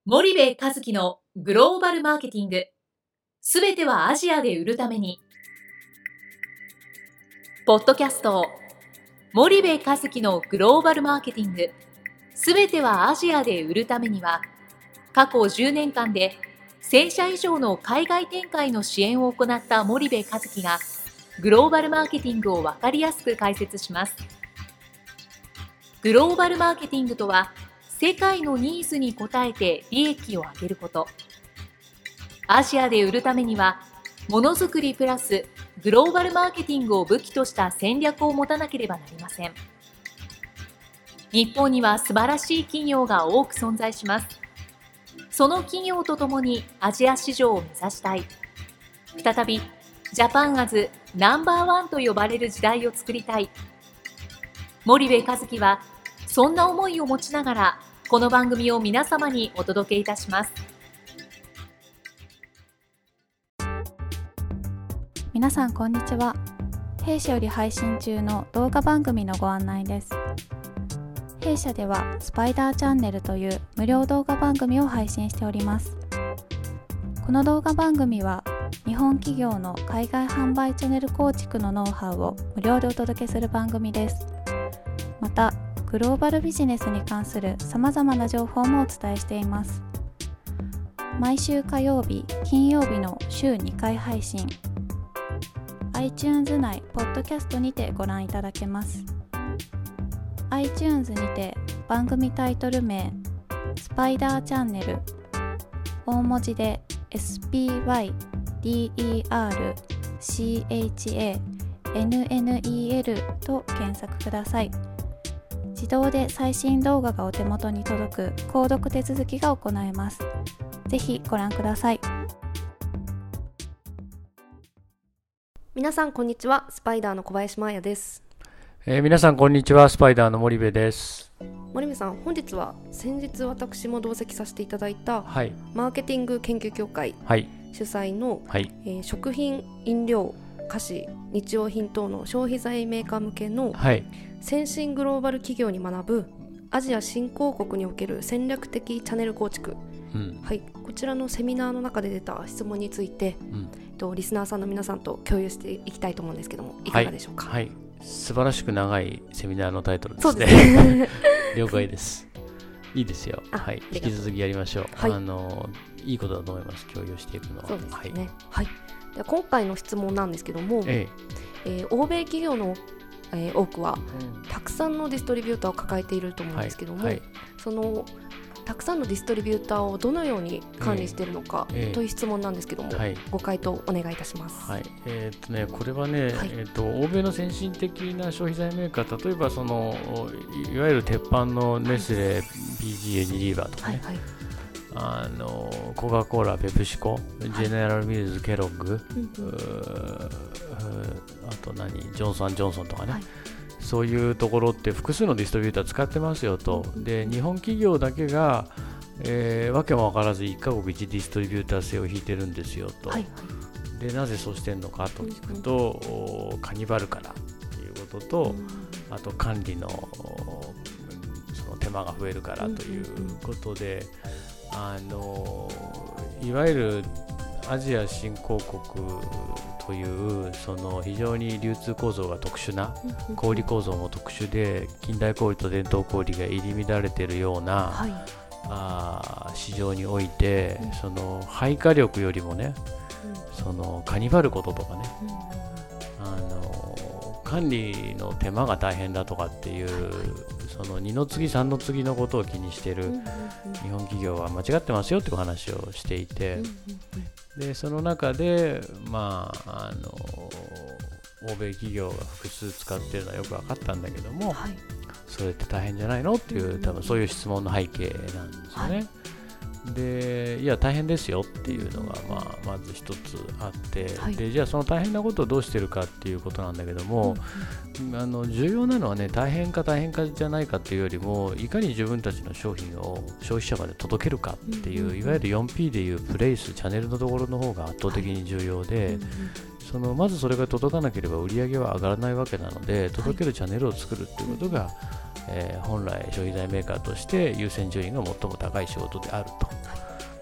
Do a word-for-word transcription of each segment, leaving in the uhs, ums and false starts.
森部一樹のグローバルマーケティング、すべてはアジアで売るために。ポッドキャスト森部一樹のグローバルマーケティング、すべてはアジアで売るためには、過去じゅうねんかんでせんしゃ以上の海外展開の支援を行った森部一樹がグローバルマーケティングを分かりやすく解説します。グローバルマーケティングとは、世界のニーズに応えて利益を上げること。アジアで売るためには、ものづくりプラスグローバルマーケティングを武器とした戦略を持たなければなりません。日本には素晴らしい企業が多く存在します。その企業とともにアジア市場を目指したい。再びジャパンアズナンバーワンと呼ばれる時代を作りたい。森部一樹はそんな思いを持ちながら、この番組を皆様にお届けいたします。 皆さんこんにちは。弊社より配信中の動画番組のご案内です。弊社ではスパイダーチャンネルという無料動画番組を配信しております。この動画番組は日本企業の海外販売チャンネル構築のノウハウを無料でお届けする番組です。またグローバルビジネスに関するさまざまな情報もお伝えしています。毎週火曜日、金曜日の週にかい配信。iTunes 内、ポッドキャストにてご覧いただけます。iTunes にて番組タイトル名、スパイダーチャンネル、大文字で エスピーワイディーイーアールシーエイチエーエヌエヌイーエル と検索ください。自動で最新動画がお手元に届く購読手続きが行えます。ぜひご覧ください。 皆さんこんにちは。スパイダーの小林真彩です。 えー、皆さんこんにちは。スパイダーの森部です。 森部さん、本日は先日私も同席させていただいた、 はい、 マーケティング研究協会主催の、 はいえー、食品、飲料、菓子、日用品等の消費財メーカー向けの、 はい、 先進グローバル企業に学ぶアジア新興国における戦略的チャンネル構築、 うんはい、こちらのセミナーの中で出た質問について、うんとリスナーさんの皆さんと共有していきたいと思うんですけども、いかがでしょうか。 はい、はい、素晴らしく長いセミナーのタイトルですね。 そうですね了解です。いいですよ。はい、引き続きやりましょう。 はい、 あのいいことだと思います。共有していくのは。 そうですね。はい。はい、で今回の質問なんですけども、えええー、欧米企業の、えー、多くは、うん、たくさんのディストリビューターを抱えていると思うんですけども、はいはい、そのたくさんのディストリビューターをどのように管理しているのか、えー、という質問なんですけども、はい、ご回答お願いいたします。 はい、えーっとね、これはね、はい、えーっと欧米の先進的な消費財メーカー、例えばそのいわゆる鉄板のネスレ、はい、ピージー ユニリーバーとかね、はいはい、あのコカ・コーラ、ペプシコ、はい、ジェネラル・ミルズ、ケロッグ、うん、あと何ジョンソン・ジョンソンとかね、はい、そういうところって複数のディストリビューター使ってますよと。で、日本企業だけが、えー、わけも分からずいっカ国いちディストリビューター制を引いてるんですよと、はいはい、でなぜそうしてるのかと聞くと、うん、カニバルからということと、うん、あと管理のその手間が増えるからということで、うん、あのいわゆるアジア新興国というその非常に流通構造が特殊な、小売構造も特殊で、近代小売と伝統小売が入り乱れているような、はい、あ市場において、うん、その配下力よりもね、うん、そのカニバルこととかね、うん、あの管理の手間が大変だとかっていう、はいはい、その二の次三の次のことを気にしている日本企業は間違ってますよという話をしていて、でその中で、まあ、あの欧米企業が複数使っているのはよく分かったんだけども、はい、それって大変じゃないのっていう、多分そういう質問の背景なんですよね。はい、でいや大変ですよっていうのが、まあ、まず一つあって、はい、でじゃあその大変なことをどうしてるかっていうことなんだけども、うんうん、あの重要なのはね、大変か大変かじゃないかっていうよりも、いかに自分たちの商品を消費者まで届けるかっていう、うんうん、いわゆる よんピー でいうプレイス、チャンネルのところの方が圧倒的に重要で、はい、うんうん、そのまずそれが届かなければ売り上げは上がらないわけなので、届けるチャンネルを作るっていうことが、はい、えー、本来消費財メーカーとして優先順位が最も高い仕事であると。はい、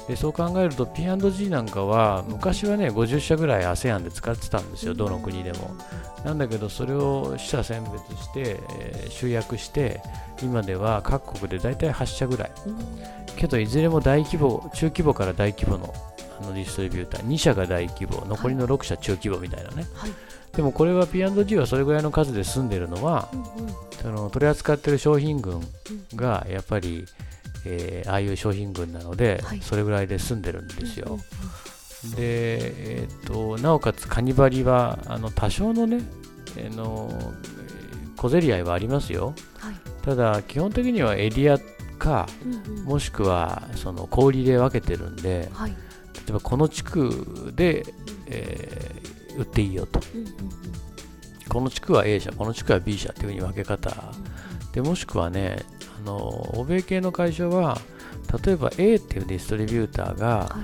でそう考えると ピーアンドジー なんかは昔はねごじゅっしゃぐらい アセアン で使ってたんですよ、どの国でも。なんだけどそれを取捨選別して、えー、集約して今では各国でだいたいはっしゃぐらい、けどいずれも大規模、中規模から大規模の、あのディストリビューターに社が大規模、残りのろく社中規模みたいなね、はい、でもこれは ピーアンドジー はそれぐらいの数で済んでるのは、うんうん、その取り扱ってる商品群がやっぱり、えー、ああいう商品群なので、はい、それぐらいで済んでるんですよ。で、えー、となおかつカニバリはあの多少のね、えー、の小競り合いはありますよ、はい、ただ基本的にはエリアか、うんうん、もしくはその小売りで分けてるんで、はい、例えばこの地区で、えー、売っていいよと、うんうんうん、この地区は A 社、この地区は B 社というふうに分け方、うん、でもしくはね、あの欧米系の会社は例えば A っていうディストリビューターが、はい、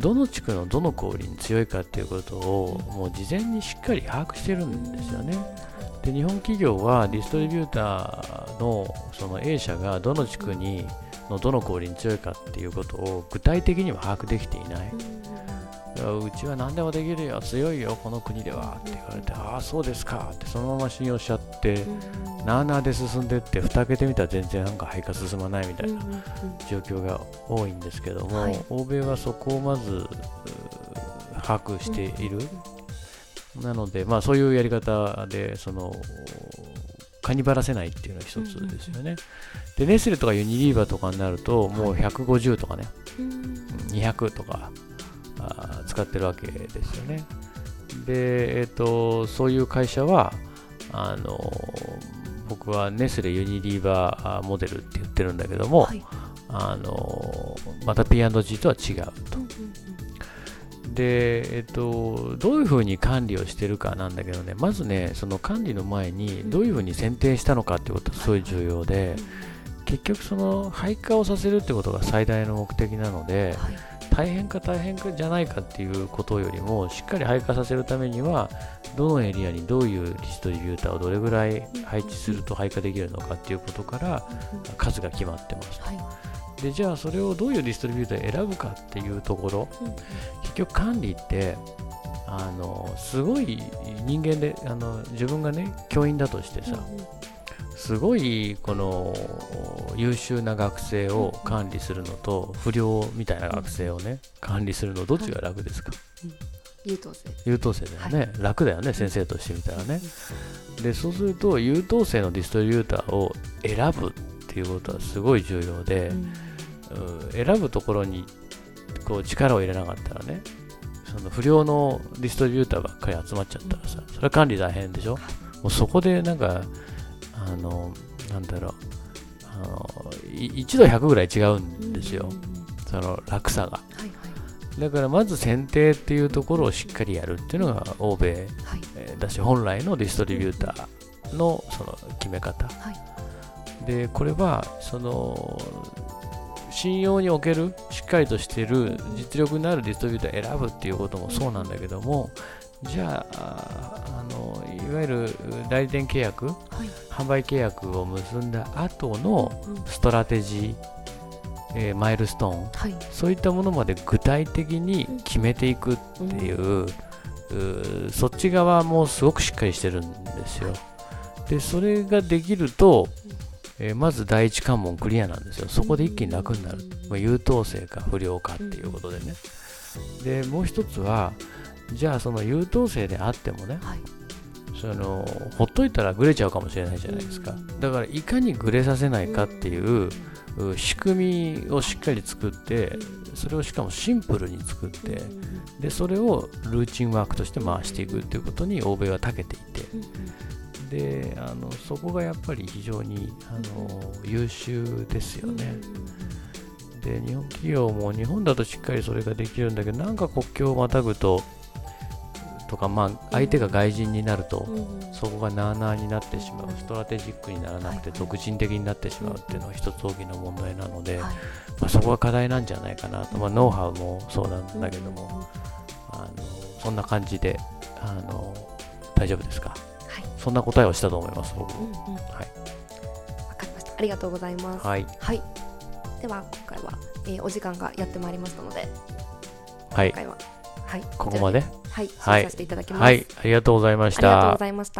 どの地区のどの小売りに強いかっていうことをもう事前にしっかり把握してるんですよね。で日本企業はディストリビューターのその A 社がどの地区にのどの小売りに強いかっていうことを具体的には把握できていない。うちは何でもできるよ、強いよこの国ではって言われて、ああそうですかってそのまま信用しちゃって、なあなあで進んでって蓋開けてみたら全然なんか配下進まないみたいな状況が多いんですけども、はい、欧米はそこをまず把握している。なので、まあ、そういうやり方でそのカニバらせないっていうのが一つですよね。でネスレとかユニリーバとかになるともうひゃくごじゅうとかね、にひゃくとかあ使ってるわけですよね。で、えーと、そういう会社はあの僕はネスレユニリーバーモデルって言ってるんだけども、はい、あのまた ピーアンドジー とは違うと。で、えっと、どういうふうに管理をしてるかなんだけどね、まずね、その管理の前にどういうふうに選定したのかってことがすごい重要で、結局その配下をさせるってことが最大の目的なので、はい、大変か大変かじゃないかっていうことよりも、しっかり配下させるためにはどのエリアにどういうディストリビューターをどれぐらい配置すると配下できるのかっていうことから数が決まってます。はい、でじゃあそれをどういうディストリビューターを選ぶかっていうところ、うん、結局管理ってあのすごい人間であの自分がね教員だとしてさ、うん、すごいこの優秀な学生を管理するのと、うん、不良みたいな学生をね、うん、管理するのどっちが楽ですか？ うん、優等生優等生だよね、はい、楽だよね、先生としてみたらね、うん、でそうすると優等生のディストリビューターを選ぶっていうことはすごい重要で、うん選ぶところにこう力を入れなかったらね、その不良のディストリビューターばっかり集まっちゃったらさ、それは管理大変でしょ。もうそこでなんかあのなんだろうあのいちどひゃくぐらい違うんですよ、その落差が、はいはい、だからまず選定っていうところをしっかりやるっていうのが欧米、はいえー、だし本来のディストリビューターのその決め方、はい、でこれはその信用におけるしっかりとしている実力のあるディストリビューターを選ぶっていうこともそうなんだけども、じゃあ、あのいわゆる代理店契約、はい、販売契約を結んだ後のストラテジー、えー、マイルストーン、はい、そういったものまで具体的に決めていくっていう、うん、うそっち側もすごくしっかりしてるんですよ。でそれができるとえー、まず第一関門クリアなんですよ。そこで一気に楽になる、まあ、優等生か不良かっていうことでね。でもう一つはじゃあその優等生であってもね、はい、そのほっといたらグレちゃうかもしれないじゃないですか。だからいかにグレさせないかっていう仕組みをしっかり作って、それをしかもシンプルに作って、でそれをルーチンワークとして回していくっていうことに欧米は長けていて、であのそこがやっぱり非常にあの優秀ですよね。で日本企業も日本だとしっかりそれができるんだけど、なんか国境をまたぐととか、まあ、相手が外人になると、そこがなあなあになってしまう、ストラテジックにならなくて独人的になってしまうっていうのが一つ大きな問題なので、まあ、そこが課題なんじゃないかなと、まあ、ノウハウもそうなんだけども、あのそんな感じであの大丈夫ですか？そんな答えをしたと思います、僕も。うんうん、はい。 わかりました。ありがとうございます。 はい。 はい。 では今回は、えー、お時間がやってまいりましたので、 はい、 今回は、はい、 ここまで、 はい、終了させていただきます。 はい、ありがとうございました。 ありがとうございました。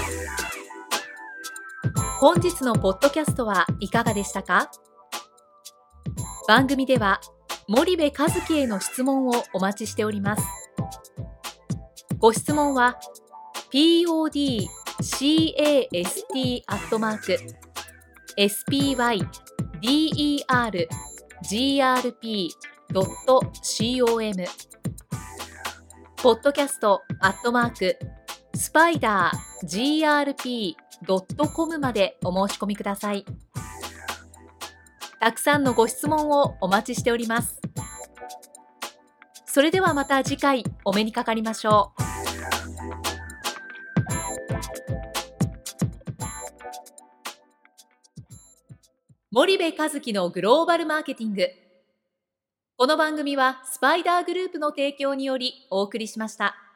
本日のポッドキャストはいかがでしたか？番組では森部一樹への質問をお待ちしております。ご質問は ピーオーディーキャスト アットマーク エスピーワイディーイーアールジーアールピードットコム ポッドキャストアットマークスパイダー ジーアールピードットコム までお申し込みください。たくさんのご質問をお待ちしております。それではまた次回お目にかかりましょう。森部一樹のグローバルマーケティング。この番組はスパイダーグループの提供によりお送りしました。